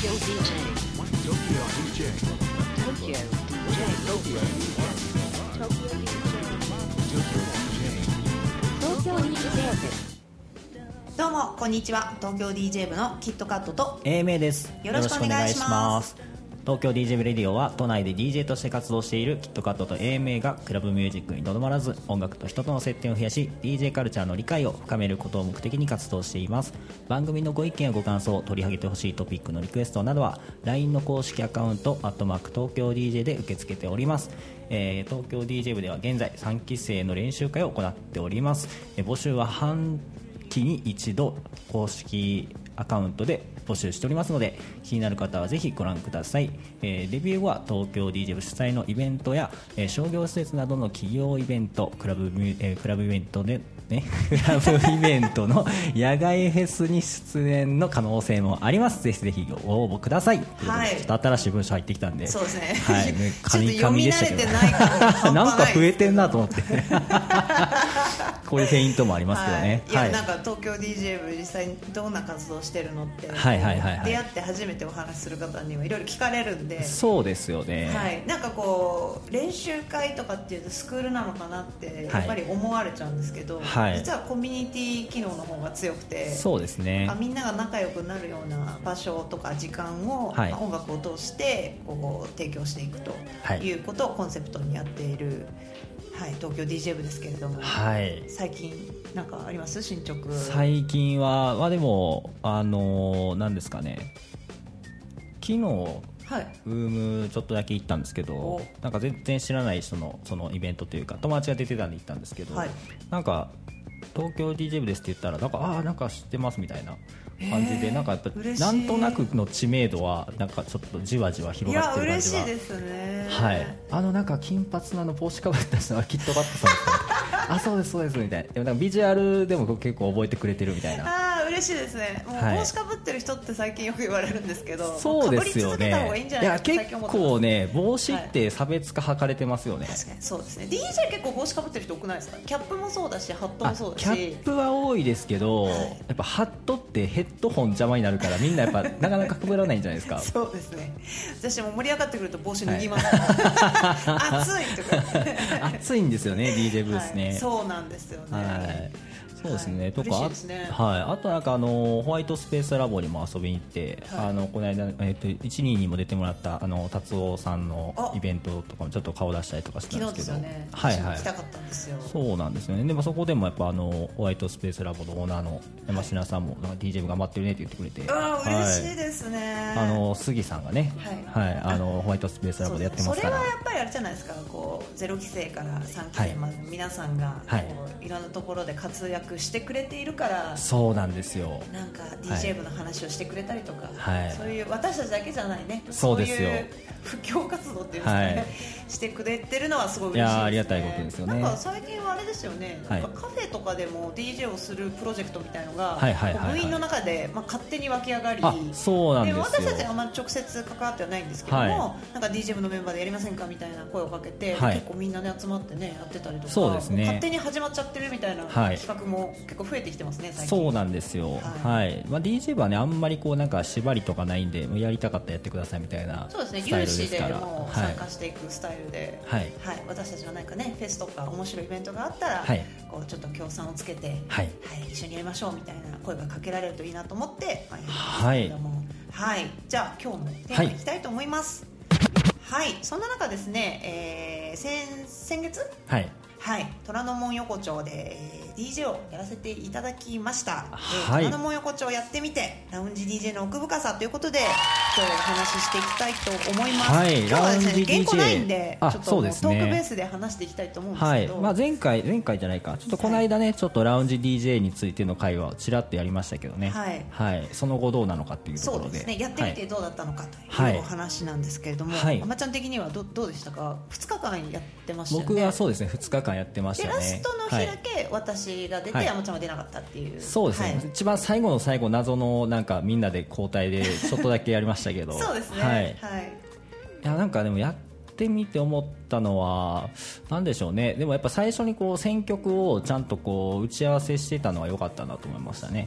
どうもこんにちは。東京 DJ 部のキットカットと英明です。 よろしくお願いします。 東京 DJ 部レディオは都内で DJ として活動しているキットカットと英明がクラブミュージックにとどまらず音楽と人との接点を増やし DJ カルチャーの理解を深めることを目的に活動しています。番組のご意見やご感想、取り上げてほしいトピックのリクエストなどは LINE の公式アカウント@東京 DJ で受け付けております。東京 DJ 部では現在3期生の練習会を行っております。募集は半期に一度公式アカウントで募集しておりますので、気になる方はぜひご覧ください。デビュー後は東京 DJ 部主催のイベントや、商業施設などの企業イベント、クラブイベントでね、クラブイベントの野外フェスに出演の可能性もあります。ぜひぜひご応募ください。はい、ちょっと新しい文章入ってきたんで、 そうですね、 はい、 ちょっと読み慣れてないかもなんか増えてんなと思ってこういうフェイントもありますけどね。 はい、いや、なんか東京 DJ 部実際にどんな活動してるのって、 はいはいはいはい、 出会って初めてお話しする方にはいろいろ聞かれるんで。 そうですよね、 はい、なんかこう練習会とかっていうとスクールなのかなってやっぱり思われちゃうんですけど、はい、実はコミュニティ機能の方が強くて、 そうですね、 みんなが仲良くなるような場所とか時間を、はい、音楽を通してこう提供していくということをコンセプトにやっている、はい、東京 DJ 部ですけれども、はい、最近なんかあります？進捗。 最近は、でも何ですかね、昨日、はい、ウームちょっとだけ行ったんですけど、なんか全然知らない人のそのイベントというか友達が出てたんで行ったんですけど、はい、なんか東京 DJ 部ですって言ったらなんか知ってますみたいな感じで、なんかやっぱなんとなくの知名度はなんかちょっとじわじわ広がってる感じは。 いや嬉しいですね。 はい、なんか金髪の帽子かぶった人はキットカットさんですかあ、そうですそうですみたいな。でもなんかビジュアルでも結構覚えてくれてるみたいな。 嬉しいですね。もう帽子かぶってる人って最近よく言われるんですけど、 そうですよね。 いや結構ね、帽子って差別化図れてますよね。 確かにそうですね。 DJ 結構帽子かぶってる人多くないですか？キャップもそうだしハットもそうだし。 キャップは多いですけど、はい、やっぱハットってヘッドホン邪魔になるからみんなやっぱなかなかかぶらないんじゃないですか。 そうですね。私も盛り上がってくると帽子脱ぎます、はい、暑いとか暑いんですよね DJ ブースね、 はい、そうなんですよね、はい、 そうですね、はい、とか嬉しいですね。 はい、あとなんかホワイトスペースラボにも遊びに行って、はい、この間、122にも出てもらった達夫さんのイベントとかもちょっと顔出したりとかしたんですけど、 昨日ですよね、 はいはい、 行きたかったんですよ。 そうなんですよね。でもそこでもやっぱホワイトスペースラボのオーナーの山科さんもなんか DJ 部頑張ってるねって言ってくれて、 嬉しいですね。 杉さんがね、はいはい、ホワイトスペースラボでやってますから。 それはやっぱりあれじゃないですか、こう0期生から3期生まで皆さんがいろんなところで活躍してくれているから、 そうなんですよ。 なんか DJ 部の話をしてくれたりとか、 はい、 そういう私たちだけじゃないね、 そうですよ、 そういう布教活動っていうんですかね、はい、してくれてるのはすごい嬉しいですね。いやありがたいことですよね。なんか最近はあれですよね、なんかカフェとかでも DJ をするプロジェクトみたいのが、部員の中で勝手に湧き上がり、 そうなんですよ。 私たちは直接関わってはないんですけども、なんか DJ 部のメンバーでやりませんかみたいな声をかけて、結構みんなで集まってねやってたりとか、そうですね、勝手に始まっちゃってるみたいな企画も結構増えてきてますね、最近。 そうなんですよ、はいまあ、DJ 部はねあんまりこうなんか縛りとかないんで、やりたかったらやってくださいみたいなスタイルですから。そうですね、有志でもう参加していくスタイルで、はいはい、私たちはなんかねフェスとか面白いイベントがあったら、こうちょっと協賛をつけて、はい一緒にやりましょうみたいな声がかけられるといいなと思って、やってますけれども、はい、じゃあ今日のテーマにいきたいと思います。はい、そんな中ですね、先月、はい、虎ノ門横丁で、DJ をやらせていただきました。虎ノ門横丁をやってみてラウンジ DJ の奥深さということで今日お話ししていきたいと思います。はい、今日はですね原稿ないんでちょっとトークベースで話していきたいと思うんですけど、はいまあ、前回じゃないか、ちょっとこの間ね、ちょっとラウンジ DJ についての会話をちらっとやりましたけどね、はいはい、その後どうなのかっていうところで、そうですね、やってみてどうだったのかというお話なんですけれども、あまちゃん的にはどうでしたか？2日間やってましたよね。僕はそうですね、2日間やってましたね。でラストの日だけ私が出て、あまちゃんは出なかったっていう。そうですね、一番最後の最後謎のなんかみんなで交代でちょっとだけやりましたけどそうですね、はい、いやなんかでもやってみて思ったのはなんでしょうね。でもやっぱ最初にこう選曲をちゃんとこう打ち合わせしてたのは良かったなと思いましたね。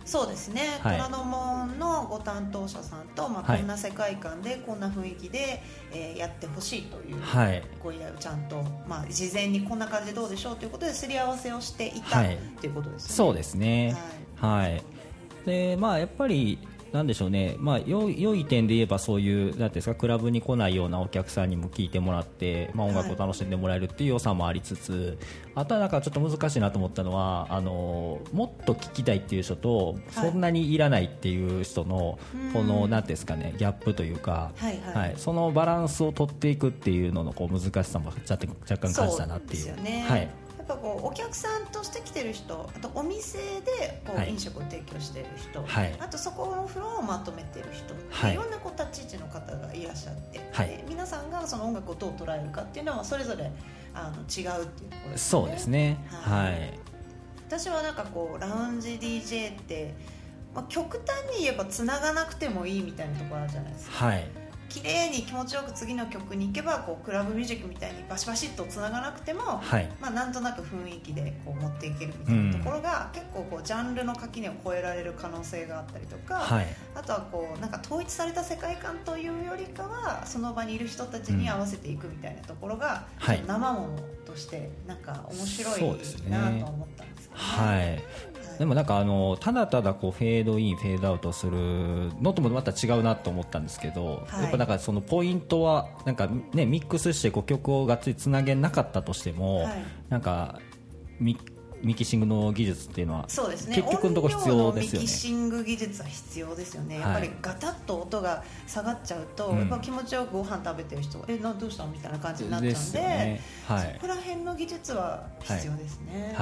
そうですね、虎ノ門のご担当者さんと、こんな世界観でこんな雰囲気で、やってほしいというご依頼をちゃんと、事前にこんな感じでどうでしょうということですり合わせをしていた、ということですね。 そうですね、でやっぱりなんでしょうね、良い点で言えばそういうなんていうんですか、クラブに来ないようなお客さんにも聴いてもらって、音楽を楽しんでもらえるっていう良さもありつつ、あとはなんかちょっと難しいなと思ったのはもっと聴きたいっていう人と、そんなにいらないっていう人のこのなんていうんですかね、ギャップというか、そのバランスを取っていくっていうののこう難しさも若干感じたなっていう。 そうですよね、やっぱこうお客さんとして来てる人、あとお店でこう飲食を提供している人、あとそこのフロアをまとめている人、いろんなこう立ち位置の方がいらっしゃって、で皆さんがその音楽をどう捉えるかっていうのはそれぞれ違うっていうところですね。 そうですね、 私はなんかこうラウンジ DJ って、極端に言えばつながなくてもいいみたいなところあるじゃないですか。綺麗に気持ちよく次の曲に行けばこうクラブミュージックみたいにバシバシっとつながなくても、なんとなく雰囲気でこう持っていけるみたいなところが、結構こうジャンルの垣根を越えられる可能性があったりとか、あとはこうなんか統一された世界観というよりかはその場にいる人たちに合わせていくみたいなところが、生ものとしてなんか面白いなと思ったんですけどね。 でもなんかただただこうフェードインフェードアウトするのともまた違うなと思ったんですけど、やっぱなんかそのポイントはなんか、ね、ミックスしてこう曲をがっつりつなげなかったとしても、なんかミキシングの技術っていうのはそうですね、 結局のところ必要ですよね。 ミキシング技術は必要ですよね。やっぱりガタッと音が下がっちゃうと、やっぱ気持ちよくご飯食べてる人がどうしたのみたいな感じになっちゃうんで、そこら辺の技術は必要ですね。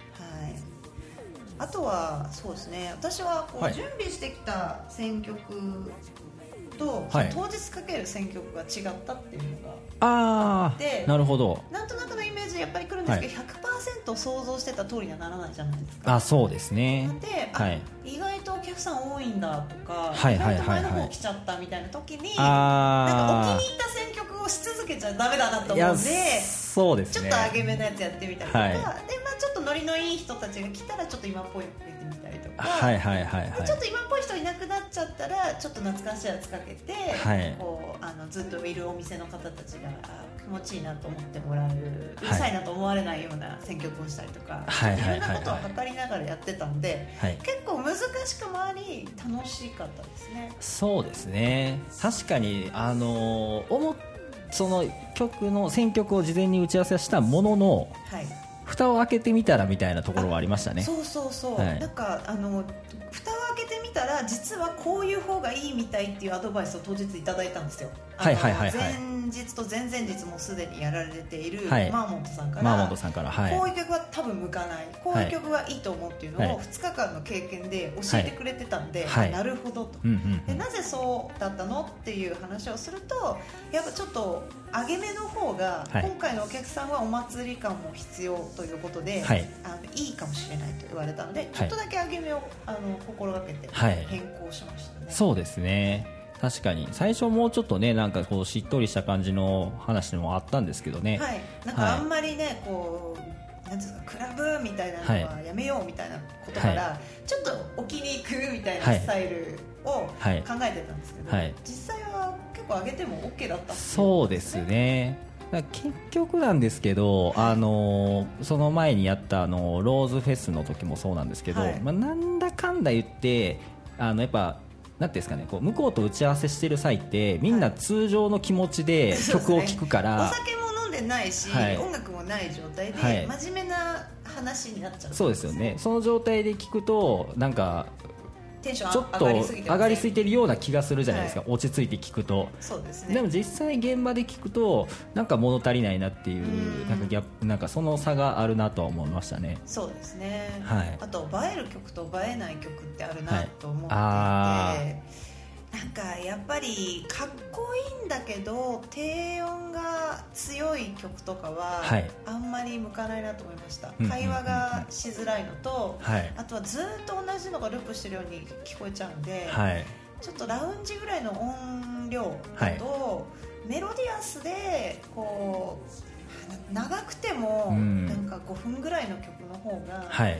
あとはそうですね、私はこう準備してきた選曲と、当日かける選曲が違ったっていうのがあって、 なるほど、 なんとなくのイメージやっぱり来るんですけど、100% 想像してた通りにはならないじゃないですか。 そうですね。 で、意外とお客さん多いんだとか、意外と前の方来ちゃったみたいな時に、なんかお気に入った選曲をし続けちゃダメだなと思うんで、 そうですね、 ちょっと上げ目のやつやってみたりとか、でちょっとノリのいい人たちが来たらちょっと今っぽいの入れてみたりとか、ちょっと今っぽい人いなくなっちゃったらちょっと懐かしいやつかけて、こうずっといるお店の方たちが気持ちいいなと思ってもらえる、うるさいなと思われないような選曲をしたりとか、いろんなことを測りながらやってたんで、結構難しくもあり楽しかったですね。 そうですね、確かにその曲の選曲を事前に打ち合わせしたものの、蓋を開けてみたらみたいなところはありましたね。 そう、なんか蓋を開けてみたら実はこういう方がいいみたいっていうアドバイスを当日いただいたんですよ。前日と前々日もすでにやられているマーモントさんから、こういう曲は多分向かない、こういう曲はいいと思うっていうのを2日間の経験で教えてくれてたんで、なるほどと、でなぜそうだったのっていう話をすると、やっぱちょっと上げ目の方が、今回のお客さんはお祭り感も必要ということで、いいかもしれないと言われたので、ちょっとだけ上げ目を心がけて変更しましたね。 そうですね、確かに最初もうちょっとね、なんかこうしっとりした感じの話もあったんですけどね、 なんかあんまりね、こうなんですか、クラブみたいなのはやめようみたいなことから、ちょっと置きに行くみたいなスタイルを考えてたんですけど、実際は結構上げても OK だったっていうことですね。 そうですね、結局なんですけど、その前にやったローズフェスの時もそうなんですけど、なんだかんだ言ってやっぱなんていうんですかね、こう向こうと打ち合わせしてる際ってみんな通常の気持ちで曲を聴くから、 お酒も飲んでないし、音楽もない状態で真面目な話になっちゃう。 そうですよね、その状態で聴くとなんかテンションちょっと上がりすぎてるような気がするじゃないですか、落ち着いて聞くと。 そうですね。 でも実際現場で聞くとなんか物足りないなっていう、なんかギャップ、なんかその差があるなとは思いましたね。 そうですね、あと映える曲と映えない曲ってあるなと思っていて、なんかやっぱりかっこいいんだけど低音が強い曲とかはあんまり向かないなと思いました。会話がしづらいのと、あとはずっと同じのがループしてるように聞こえちゃうんで、ちょっとラウンジぐらいの音量だと、メロディアスでこう長くてもなんか5分ぐらいの曲の方が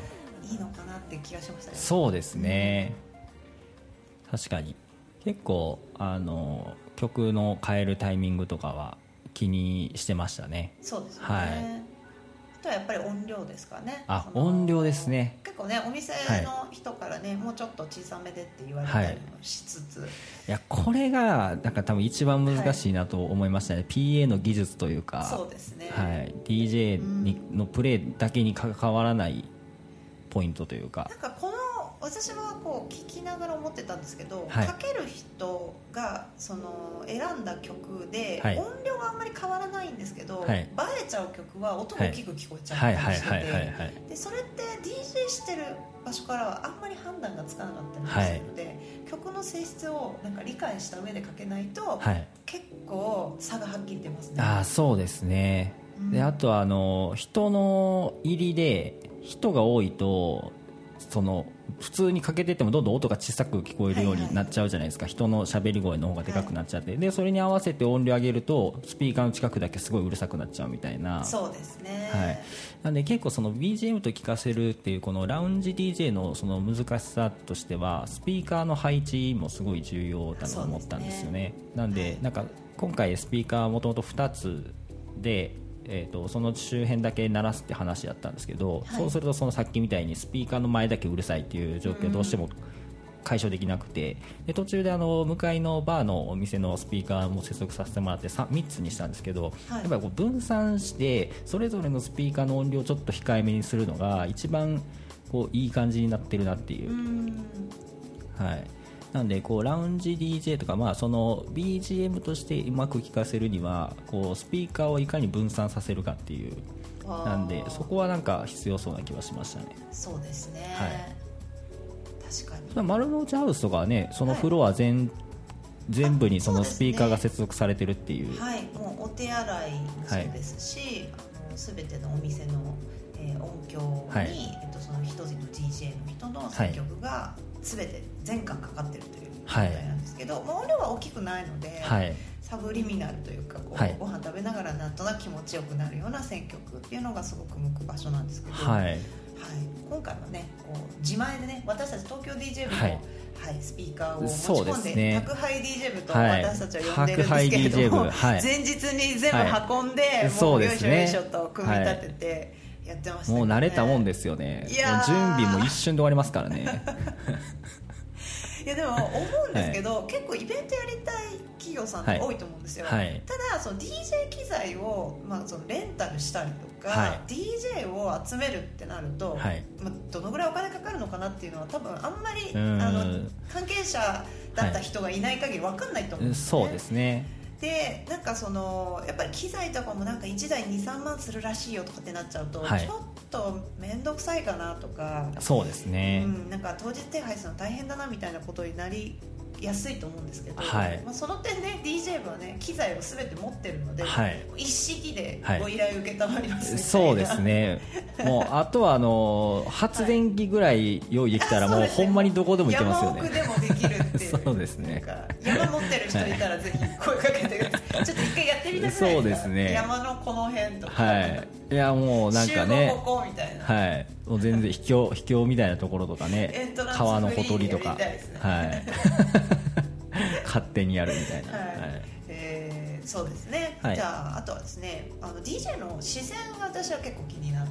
いいのかなって気がしましたね。 そうですね、確かに結構曲の変えるタイミングとかは気にしてましたね。 そうですね、はい、あとはやっぱり音量ですかね。 音量ですね。 結構ねお店の人からね、もうちょっと小さめでって言われたりもしつつ、 いやこれがなんか多分一番難しいなと思いましたね、PA の技術というか。 そうですね、 DJ のプレイだけに関わらないポイントというか、 なんか私はこう聞きながら思ってたんですけど、かける人がその選んだ曲で音量があんまり変わらないんですけど、映えちゃう曲は音が大きく聞こえちゃったりしてて、でそれって DJ してる場所からはあんまり判断がつかなかったりするので、曲の性質をなんか理解した上でかけないと、結構差がはっきり出ますね。 そうですね、であとは人の入りで人が多いと普通にかけててもどんどん音が小さく聞こえるようになっちゃうじゃないですか、人の喋り声の方がでかくなっちゃって、でそれに合わせて音量上げるとスピーカーの近くだけすごいうるさくなっちゃうみたいな。 そうですね、 なんで結構BGM と聴かせるっていうこのラウンジ DJ のその難しさとしては、スピーカーの配置もすごい重要だと思ったんですよね。なんでなんか今回スピーカーもともと2つでその周辺だけ鳴らすって話だったんですけど、そうするとさっきみたいにスピーカーの前だけうるさいっていう状況はどうしても解消できなくて、で途中で向かいのバーのお店のスピーカーも接続させてもらって 3つにしたんですけど、やっぱり分散してそれぞれのスピーカーの音量をちょっと控えめにするのが一番いい感じになってるなっていう。なんでラウンジ DJ とか、その BGM としてうまく聴かせるにはスピーカーをいかに分散させるかっていう、なんでそこはなんか必要そうな気はしましたね。 そうですね、確かに。 丸の内ハウスとかはね、そのフロア全部にそのスピーカーが接続されてるっていう、 もうお手洗いもそうですし、全てのお店の音響に、その一人の DJ の人の選曲が全て全巻かかってるという状態なんですけど、音量は大きくないので、サブリミナルというかご飯食べながらなんとなく気持ちよくなるような選曲っていうのがすごく向く場所なんですけど、今回はね自前でね、私たち東京 DJ 部も、スピーカーを持ち込んで、宅配 DJ 部と私たちは呼んでるんですけれども、前日に全部運んで、もうよいしょよいしょと組み立ててやってましたね。 もう慣れたもんですよね。もう準備も一瞬で終わりますからね。 いやでも思うんですけど、結構イベントやりたい企業さんって多いと思うんですよ、ただその DJ 機材を、そのレンタルしたりとか、DJ を集めるってなると、どのぐらいお金かかるのかなっていうのは多分あんまり関係者だった人がいない限り分かんないと思うんですよね。 そうですね。 でなんかやっぱり機材とかもなんか1台 2,3 万するらしいよとかってなっちゃうと、ちょっと面倒くさいかなとか、 そうですね、 なんか当日手配するの大変だなみたいなことになりやすいと思うんですけど、その点ね DJ 部はね機材を全て持ってるので、一式でご依頼受けたまりますみたいな、 そうですね。もうあとは発電機ぐらい用意できたら、もうほんまにどこでも行けますよね。 山奥でもできるっていうそうですね。 山持ってる人いたらぜひ声かけてください。ちょっと一回やってみたくないですか。そうですね。山のこの辺とか、 いやもうなんかね、 集合ここみたいな、 もう全然秘境みたいなところとかね、川のほとりとか、勝手にやるみたいな。 そうですね、じゃああとはですね、DJ の視線が私は結構気になって、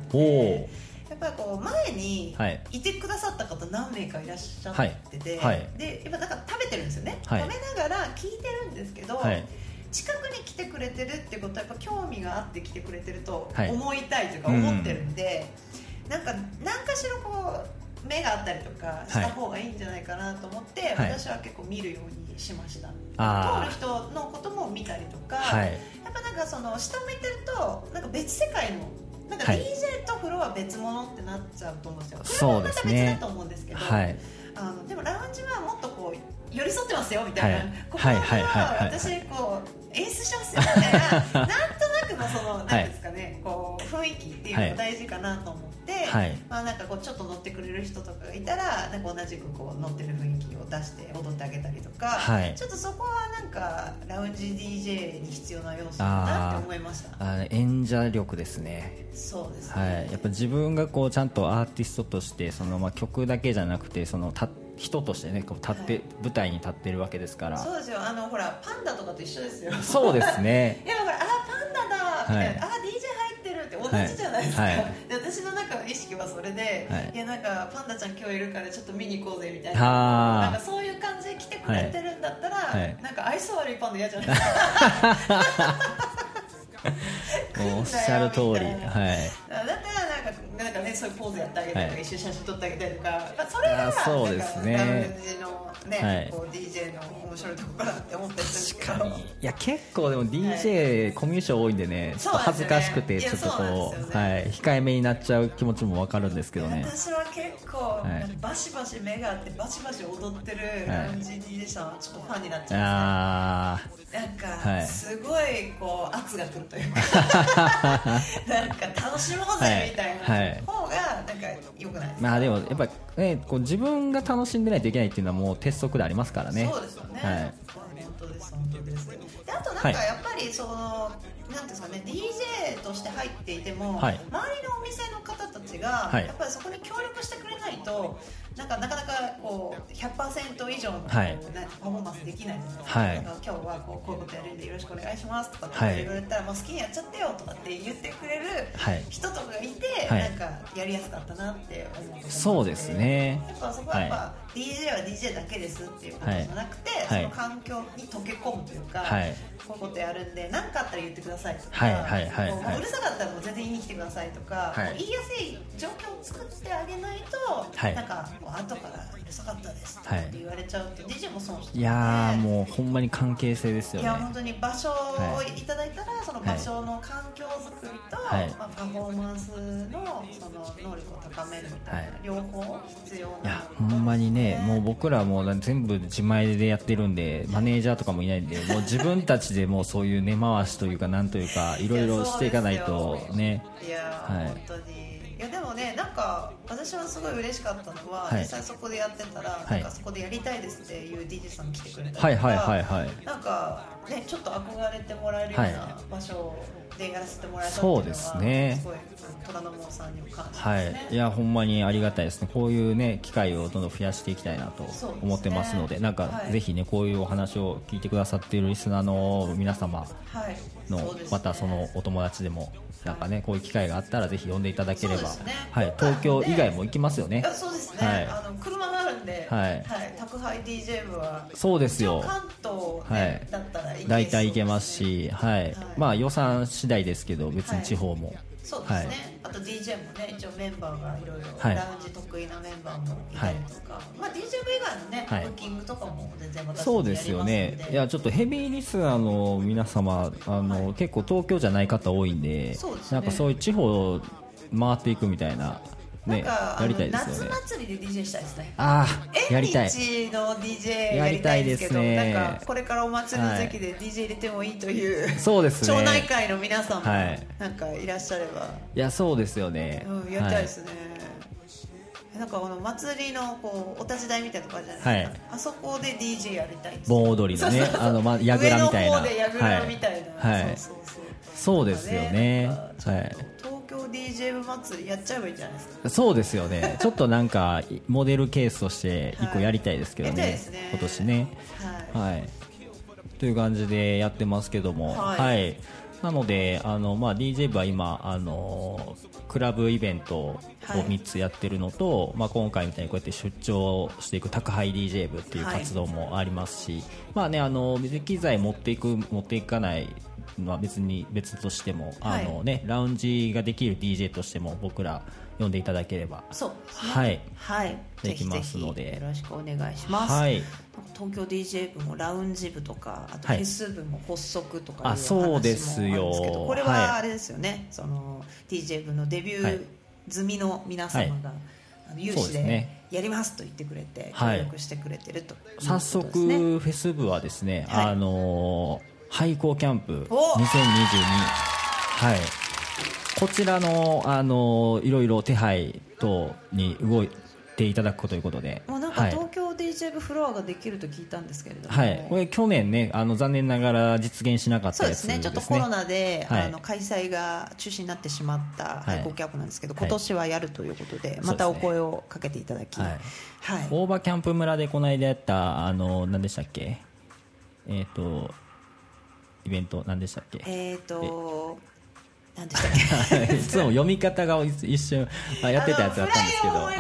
やっぱり前にいてくださった方何名かいらっしゃってて、でやっぱなんか食べてるんですよね、食べながら聞いてるんですけど、近くに来てくれてるってことはやっぱ興味があって来てくれてると思いたいというか思ってるんで、なんか何かしら目があったりとかした方がいいんじゃないかなと思って、私は結構見るようにしました。通る人のことも見たりとか、やっぱなんか下向いてるとなんか別世界のなんか DJ とフロア別物ってなっちゃうと思うんですよ。それもまた別だと思うんですけど、でもラウンジはもっと寄り添ってますよみたいな、ここは私演出しますよみたいな、なんとなくの何ですかね、雰囲気っていうのが大事かなと思って、なんかちょっと乗ってくれる人とかがいたらなんか同じく乗ってる雰囲気を出して踊ってあげたりとか、 はい、 ちょっとそこはなんかラウンジ DJ に必要な要素だなって思いました。 演者力ですね。 そうですね、 はい、やっぱ自分がこうちゃんとアーティストとしてその、曲だけじゃなくてその人としてねこう立って、はい、舞台に立ってるわけですから。 そうですよ、ほらパンダとかと一緒ですよ。 そうですねいやほらパンダだみたいな、DJ 入ってるって同じじゃないですか、はいはい、で私の中の意識はそれで、はい、いやなんかパンダちゃん今日いるからちょっと見に行こうぜみたいな、なんかそういう感じで来てくれてるんだったら、はい、なんか愛想悪いパンダ嫌じゃないですか。 おっしゃる通り、はい、だったらなんかね、そういうポーズやってあげたりとか、一緒に写真撮ってあげたりとか、それがそうですね、 ラウンジのね、こう DJ の面白いところかなって思ったりするけど。確かに。いや結構でも DJ、コミュ障多いんでね、ちょっと恥ずかしくてちょっとこう、控えめになっちゃう気持ちも分かるんですけどね。 私は結構、バシバシ目があってバシバシ踊ってるラウンジ DJ さんはちょっとファンになっちゃうんですね。なんか、すごいこう圧がくるというかなんか楽しもうぜみたいな方がなんか良くないですか。 まあでもやっぱね、こう自分が楽しんでないといけないっていうのはもう鉄則でありますからね。 そうですよね、はい、本当です本当です。であとなんかやっぱりその、なんですかね、DJ として入っていても、周りのお店の方たちが、やっぱりそこに協力してくれないとなかなかこう 100% 以上の、パフォーマンスできないじゃないですか。なんか今日はこういうことやるんでよろしくお願いしますとかって言われたら、もう好きにやっちゃってよとかって言ってくれる人とかがいて、なんかやりやすかったなって思うところで、 そうですね、 やっぱそこはやっぱ、DJ は DJ だけですっていうことじゃなくて、その環境に溶け込むというか、こういうことやるんで何かあったら言ってくださいとか、うるさかったらもう全然言いに来てくださいとか、言いやすい状況を作ってあげないと、なんかもう後からうるさかったですって言われちゃうと、DJ も損して、 いやもうほんまに関係性ですよね。 いや本当に場所をいただいたら、その場所の環境づくりと、パフォーマンスのその能力を高めるみたいな、両方必要な。 いやほんまにね、もう僕らもう全部自前でやってるんで、マネージャーとかもいないんで、もう自分たちでもうそういう根回しというかなんというかいろいろしていかないとね。 いや、本当に。いやでもね、なんか私はすごい嬉しかったのは、実際そこでやってたら、なんかそこでやりたいですっていう DJ さん来てくれたりとか、なんかね、ちょっと憧れてもらえるような場所でやらせてもらえたっていうのは、そうですね、すごい虎ノ門さんにも感謝ですね。 いやほんまにありがたいですね。こういうね機会をどんどん増やしていきたいなと思ってますので、なんかぜひねこういうお話を聞いてくださっているリスナーの皆様の、またそのお友達でもなんかねこういう機会があったらぜひ呼んでいただければ、東京以外も行きますよね。 そうですね、車があるんで、宅配 DJ 部はそうですよ、 関東だったら大体行けますし、まあ予算次第ですけど別に地方も、 そうですね、あと DJ もね一応メンバーがいろいろラウンジ得意なメンバーもいたりとか、まあ DJ 部以外のね、ブッキングとかも全然私たちやりますので。 そうですよね。いやちょっとヘビーリスナーの皆様結構東京じゃない方多いんで、なんかそういう地方回っていくみたいなね、やりたいですよね。 夏祭りで DJ したいですね。 やりたい。 縁日の DJ やりたいですけど、なんかこれからお祭りの時期で DJ 入れてもいいという、そうですね、町内会の皆さんもなんかいらっしゃれば、 いやそうですよね、 やりたいですね。なんか祭りのこうお立ち台みたいなとこあるじゃないですか、あそこで DJ やりたいです。 盆踊りのね、やぐらみたいな、 上の方でやぐらみたいな、 そうですよね。 東京 DJ 部祭りやっちゃえばいいんじゃないですか。 そうですよね。ちょっとなんかモデルケースとして一個やりたいですけどね、今年ね。という感じでやってますけども、なのでDJ 部は今クラブイベントを3つやってるのと、今回みたいにこうやって出張していく宅配 DJ 部っていう活動もありますし、機材持っていかない別に別としても、ラウンジができる DJ としても僕ら呼んでいただければ、できますので、 よろしくお願いします。東京 DJ 部もラウンジ部とか、あとフェス部も発足とかいう話もあるんですけど、これはあれですよね、その DJ 部のデビュー済みの皆様が有志でやりますと言ってくれて協力してくれてるということですね。早速フェス部はですね、廃校キャンプ2022、こちらのいろいろ手配等にていただくということで、 もうなんか東京 DJ 部フロアができると聞いたんですけれども、 はい、これ去年ね残念ながら実現しなかったやつですね。 そうですね、ちょっとコロナで、開催が中止になってしまった廃校キャンプなんですけど、今年はやるということで、またお声をかけていただき、 大場キャンプ村でこの間やった何でしたっけ、イベント何でしたっけ、 何でしたっけいつも読み方が一瞬やってたやつだったんですけど、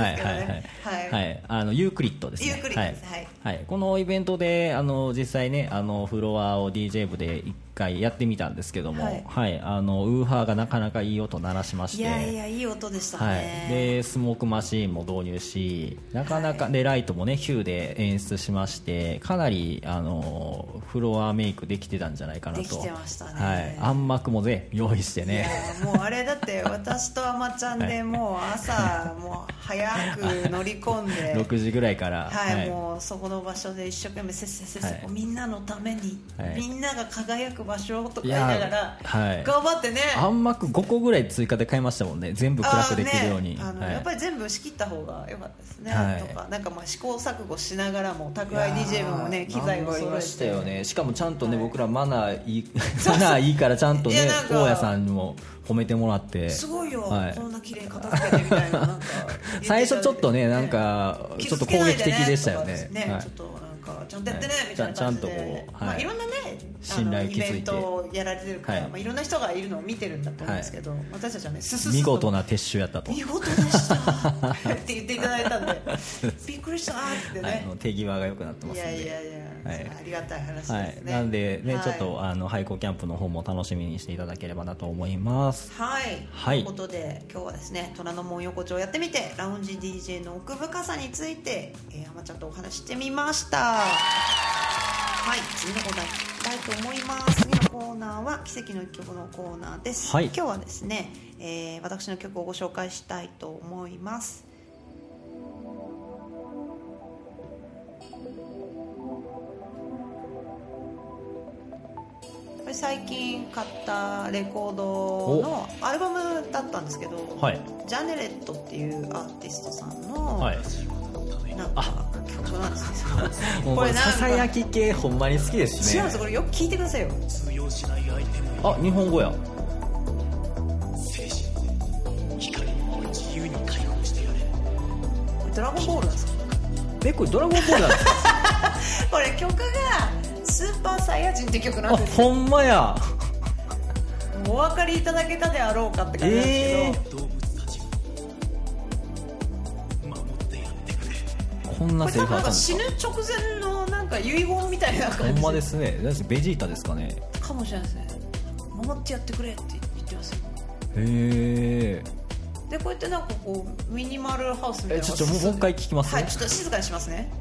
ユークリッドですね。ユークリッドです、はい、このイベントで実際ねフロアを DJ 部で1回やってみたんですけども、ウーハーがなかなかいい音鳴らしまして、 いやいい音でしたね、 でスモークマシーンも導入し、なかなかでライトもねヒューで演出しまして、かなりフロアメイクできてたんじゃないかなと。 できてましたね、 暗幕もね用意してね、 もうあれだって私とあまちゃんでもう朝もう早く乗り込んで 6時ぐらいから、 もうそこの場所で一生懸命せっせみんなのために、みんなが輝く場所とか言いながら頑張ってね、 暗幕5個ぐらい追加で買いましたもんね、全部暗くできるように、 やっぱり全部仕切った方が良かったですね、とかなんか試行錯誤しながらも宅配 DJ もね機材を揃えてましたよね。しかもちゃんとね、僕らマナーいいからちゃんとね大家さんにも褒めてもらって、 すごいよ、こんな綺麗に片付けてみたいな、なんか最初ちょっとねなんかちょっと攻撃的でしたよね。 ちょっとなんかちゃんとやってねみたいな感じで、いろんなね信頼築いてイベントをやられてるから、いろんな人がいるのを見てるんだと思うんですけど、私たちはね見事な撤収やったと、 見事でしたって言っていただいたんでびっくりしたってね、 手際が良くなってますんで、 いやありがたい話ですね。 なんでね、ちょっと廃校キャンプの方も楽しみにしていただければなと思います。 ということで今日はですね、虎ノ門横丁やってみてラウンジ DJ の奥深さについてあまちゃんとお話してみました。次のコーナーいきたいと思います。次のコーナーは奇跡の一曲のコーナーです。今日はですね、私の曲をご紹介したいと思います。これ最近買ったレコードのアルバムだったんですけど、ジャネレットっていうアーティストさんの、なんか曲なんですけど、 これささやき系ほんまに好きですね。 違うんです、これよく聞いてくださいよ。 日本語や。 ドラゴンボールなんですか？ これドラゴンボールなんですか？ これ曲がスーパーサイヤ人って曲なんですよ。 ほんまや。 お分かりいただけたであろうかって感じなんですけど、 こんなセリフあったんですか？ 死ぬ直前のなんか遺言みたいな感じ。 ほんまですね。ベジータですかね。 かもしれないですね。守ってやってくれって言ってますよ。 へえ。 でこうやってなんかこうミニマルハウスみたいな。 ちょっともう一回聞きますね。 ちょっと静かにしますね。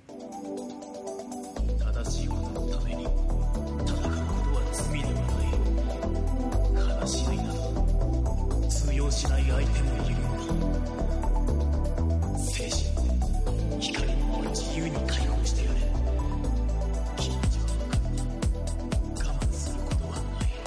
正しいことのために戦うことは罪ではない。悲しみなど通用しない相手もいるのだ。精神光を自由に解放してやれ。君たちは我慢することはない。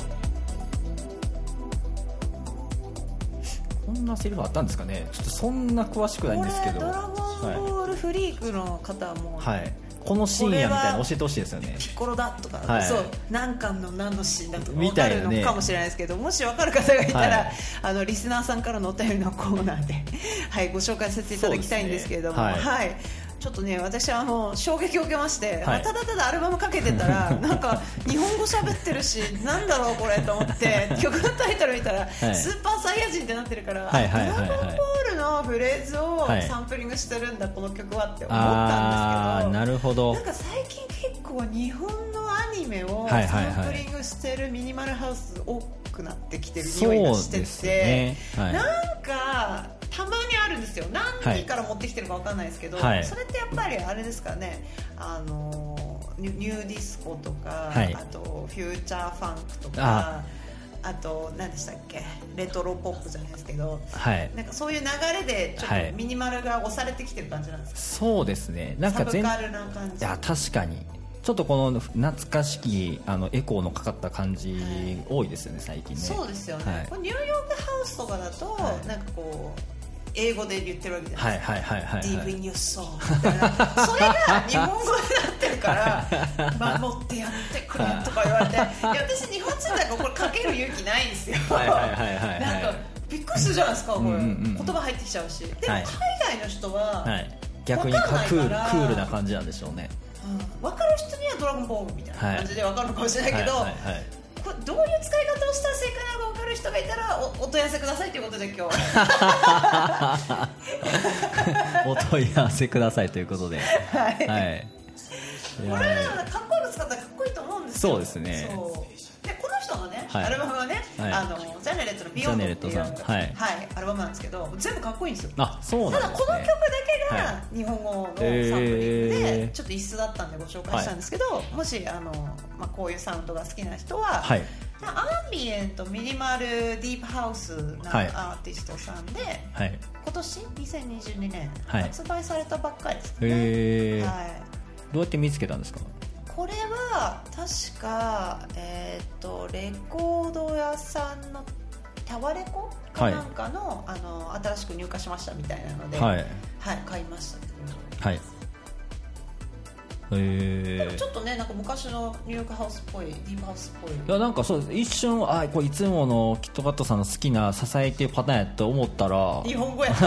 こんなセリフあったんですかね。ちょっとそんな詳しくないんですけど、 ドラゴンボールフリークの方も、 このシーンやみたいな教えてほしいですよね。 ピッコロだとか、そう何巻の何のシーンだとか分かるのかもしれないですけど、もし分かる方がいたら、リスナーさんからのお便りのコーナーで、ご紹介させていただきたいんですけれども、ちょっとね、私は衝撃を受けまして、ただただアルバムかけてたらなんか日本語喋ってるし、なんだろうこれと思って曲のタイトル見たら、スーパーサイヤ人ってなってるから、ドラゴンボールのフレーズをサンプリングしてるんだこの曲はって思ったんですけど、 なるほど。 なんか最近結構日本のアニメをサンプリングしてるミニマルハウス多くなってきてる匂いがしてて、なんかたまにあるんですよ。何から持ってきてるか分かんないですけど、それってやっぱりあれですかね、ニューディスコとか、あとフューチャーファンクとか、あと何でしたっけ、レトロポップじゃないですけど、なんかそういう流れでちょっとミニマルが押されてきてる感じなんですか？ そうですね。なんかサブカルな感じ。 いや確かにちょっとこの懐かしきエコーのかかった感じ多いですよね最近ね。 そうですよね。これニューヨークハウスとかだと、なんかこう英語で言ってるわけじゃないですか。Deep in your soul みたいなそれが日本語になってるから守ってやってくれとか言われて、いや私日本人だからこれかける勇気ないんですよ。なんかびっくりするじゃないですか、これ、言葉入ってきちゃうし。でも海外の人は、 逆にクールな感じなんでしょうね。 分かる人にはドラゴンボールみたいな感じで分かるのかもしれないけど、これどういう使い方をしたら正解なのか分かる人がいたら お問い合わせくださいということで今日お問い合わせくださいということで、 これかっこよく使ったらかっこいいと思うんですよ。 そうですね。 でこの人のね、アルバムがね、ジャネレットのビヨンドっていうアルバムなんですけど、全部かっこいいんですよ。 そうなんですね。 ただこの曲だけが日本語のサンプリングでちょっと異質だったんでご紹介したんですけど、もしこういうサウンドが好きな人は、アンビエント、ミニマル、ディープハウスなアーティストさんで、今年2022年発売されたばっかりですね。 どうやって見つけたんですか？ これは確か、レコード屋さんのタワレコかなんかの、新しく入荷しましたみたいなので、買いましたけど、でもちょっとね、なんか昔のニューヨークハウスっぽい、ディープハウスっぽい。 いや、なんかそう一瞬これいつものキットカットさんの好きな支えていうパターンやと思ったら日本語やった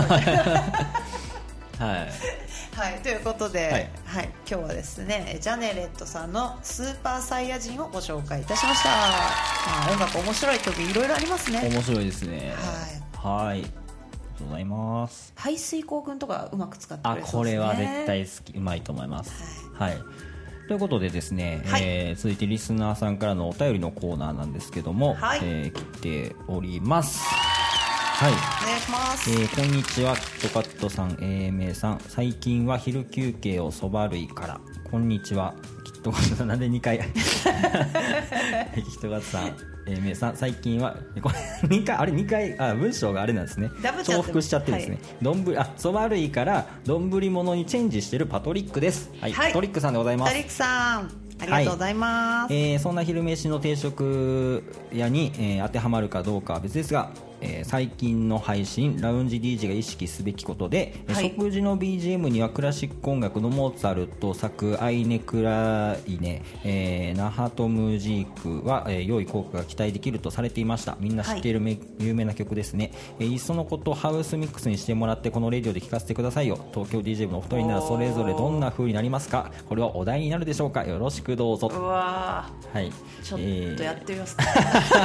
ねということで、今日はですね、ジャネレットさんのスーパーサイヤ人をご紹介いたしました。音楽面白い曲いろいろありますね。 面白いですね。ありがとうございます。 排水口君とかうまく使ってくれそうですね。 これは絶対好き、うまいと思います。ということでですね、続いてリスナーさんからのお便りのコーナーなんですけども、来ております。お願いします。こんにちは、キットカットさん、AMA さん。最近は昼休憩をそば類から。こんにちは、キットカットさん。なんで2回キットカットさん、AMA さん。最近はこれ2回文章があれなんですね。重複しちゃってですね。そば類から丼物にチェンジしてるパトリックです。パトリックさんでございます。 パトリックさん、ありがとうございます。 そんな昼飯の定食屋に、当てはまるかどうかは別ですが、最近の配信ラウンジ DJ が意識すべきことで、食事の BGM にはクラシック音楽のモーツァルト作アイネクライネ、ナハトムジークは、良い効果が期待できるとされていました。みんな知っている、有名な曲ですね。いっそのことハウスミックスにしてもらってこのレディオで聴かせてくださいよ。東京 DJ のお二人ならそれぞれどんな風になりますか？これはお題になるでしょうか？よろしくどうぞ。 うわちょっとやってみますか。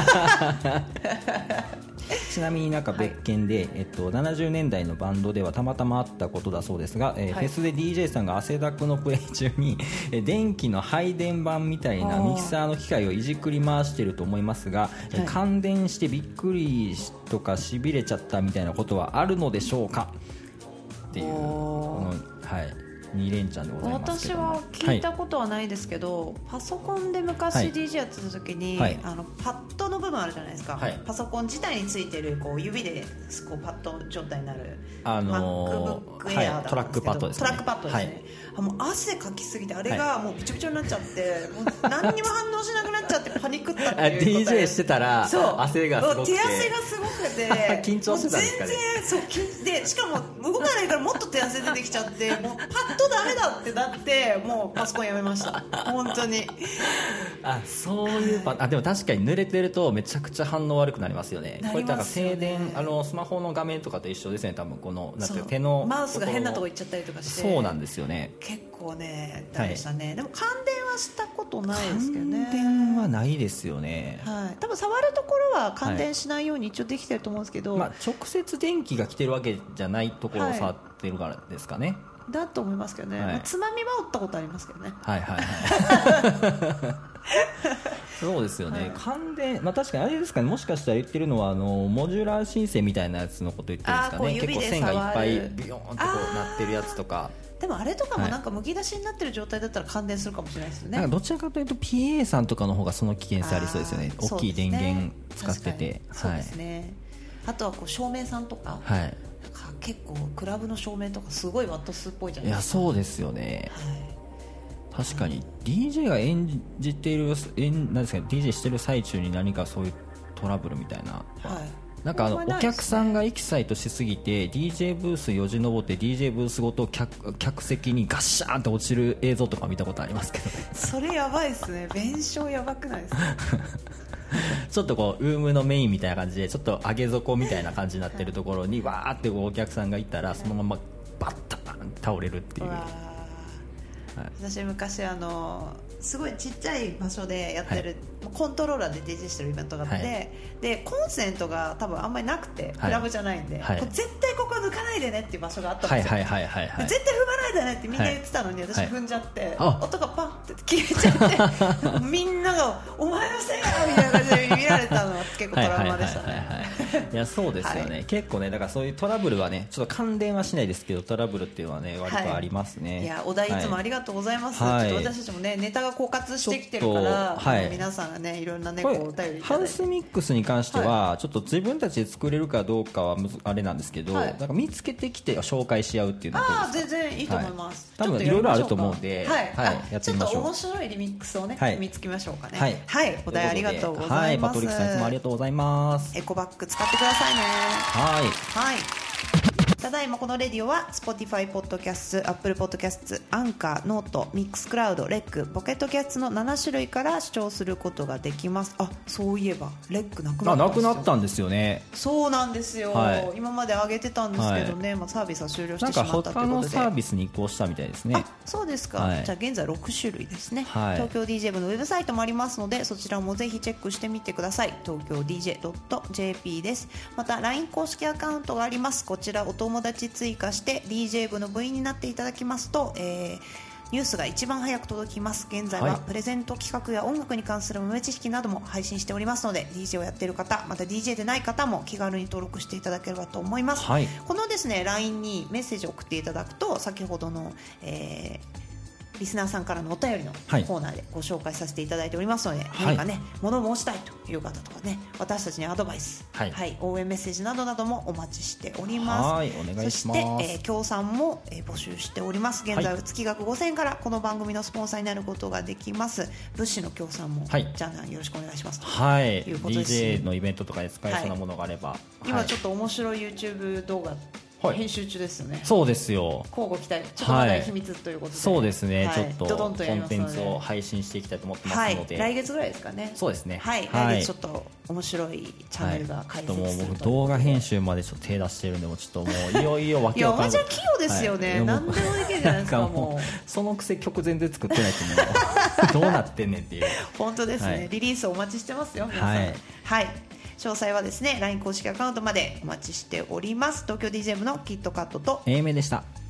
ちなみになんか別件で、70年代のバンドではたまたまあったことだそうですが、フェスで DJ さんが汗だくのプレイ中に電気の配電盤みたいなミキサーの機械をいじくり回していると思いますが、感電してびっくりとかしびれちゃったみたいなことはあるのでしょうかっていう2連チャンでございますけども、 私は聞いたことはないですけど、パソコンで昔 DJ やってた時に、パッドの部分あるじゃないですか、パソコン自体についてるこう指でこうパッド状態になる、MacBook Air トラックパッドですね。 トラックパッドですね。もう汗かきすぎてあれがもうびちょびちょになっちゃって、もう何にも反応しなくなっちゃってパニックったっていうことで DJ してたら汗がすごくて手汗がすごくて緊張してたんですかね。 全然でしかも動かないからもっと手汗出てきちゃってもうパッドダメだってなってもうパソコンやめました本当に。 そういうでも確かに濡れてるとめちゃくちゃ反応悪くなりますよね。こういった静電スマホの画面とかと一緒ですね。多分このなんていう手のマウスが変なとこ行っちゃったりとかして。 そうなんですよね。 結構ねダメでしたね。でも感電はしたことないですけどね。 感電はないですよね。 多分触るところは感電しないように一応できてると思うんですけど、 直接電気が来てるわけじゃないところを触ってるからですかね。 だと思いますけどね、つまみは折ったことありますけどね。 そうですよね、感電、確かにあれですかね、もしかしたら言ってるのはモジュラー申請みたいなやつのこと言ってるんですかね。結構線がいっぱいビヨーンとこうなってるやつとか。 でもあれとかもなんかむき出しになってる状態だったら感電するかもしれないですよね。 なんかどちらかというと PA さんとかの方がその危険性ありそうですよね。大きい電源使ってて。 そうですね。あとはこう照明さんとか、結構クラブの照明とかすごいワット数っぽいじゃないですか。 いやそうですよね、確かに DJ が演じているなんですか、DJ してる最中に何かそういうトラブルみたいな、 なんかお客さんがエキサイトしすぎて DJ ブースよじ登って DJ ブースごと 客席にガッシャーンって落ちる映像とか見たことありますけどね。 それやばいですね。弁償やばくないですか。 ちょっとこうウームのメインみたいな感じでちょっと上げ底みたいな感じになってるところにわーってこうお客さんがいたらそのままバッタンって倒れるっていう。 私昔すごいちっちゃい場所でやってる、コントローラーで DJ してるイベントがあって、でコンセントが多分あんまりなくて、クラブじゃないんで、絶対ここ抜かないでねっていう場所があったんですよ。絶対踏まないでねってみんな言ってたのに、私踏んじゃって、音がパンって消えちゃってみんながお前のせいやみたいな感じで見られたのは結構トラウマでしたね。 いやそうですよね、結構ね、だからそういうトラブルはね、ちょっと関連はしないですけどトラブルっていうのはね割とありますね。 いやお題いつもありがとうございます。ちょっと私たちもねネタが枯渇してきてるから、皆さんがねいろんなねこうお便りいただいて、 ハウスミックスに関しては、ちょっと自分たちで作れるかどうかはあれなんですけど、なんか見つけてきて紹介し合うっていうのは全然いいと思います。 多分いろいろあると思うんで、やってみましょう。 ちょっと面白いリミックスをね、見つけましょうかね。お題ありがとうございます。 パトリックさんいつもありがとうございます。 エコバッグ使ってくださいね。ただいまこのレディオは Spotify ポッドキャスト、Apple ポッドキャスト、アンカー、ノート、ミックスクラウド、レック、ポケットキャストの7種類から視聴することができます。そういえばレックなくなったんですよ。そうなんですよ、今まで上げてたんですけどね、サービスは終了してしまったということで、 なんか他のサービスに移行したみたいですね。 そうですか、じゃあ現在6種類ですね。東京 DJ 部のウェブサイトもありますので、そちらもぜひチェックしてみてください。東京 DJ.jp です。また LINE 公式アカウントがあります。こちらお友達追加して DJ 部の部員になっていただきますと、ニュースが一番早く届きます。現在はプレゼント企画や音楽に関する豆知識なども配信しておりますので、 DJ をやっている方、また DJ でない方も気軽に登録していただければと思います。このですね LINE にメッセージを送っていただくと、先ほどの、リスナーさんからのお便りのコーナーでご紹介させていただいておりますので、何かね物申したいという方とかね、私たちにアドバイス、応援メッセージなどなどもお待ちしております。 お願いします。 そして、協賛も、募集しております。現在は月額5000円からこの番組のスポンサーになることができます。物資の協賛も、じゃあよろしくお願いしますということです。 DJ のイベントとかで使えそうなものがあれば、 今ちょっと面白い YouTube 動画編集中ですよね。 そうですよ。 交互期待。ちょっとまだ秘密ということで、 そうですね、ちょっとコンテンツを配信していきたいと思ってますので、 来月ぐらいですかね。 そうですね、 来月ちょっと面白いチャンネルが開設するということで、 動画編集までちょっと手出してるんで、もうちょっともういよいよわけわかんない。 いや、じゃあ器用ですよね、何でもできるじゃないですか。もうそのくせ曲全然作ってないってどうなってんねんっていう。 本当ですね、リリースお待ちしてますよ皆さん。詳細はですね LINE 公式アカウントまでお待ちしております。東京 DJ 部のキットカットと英明でした。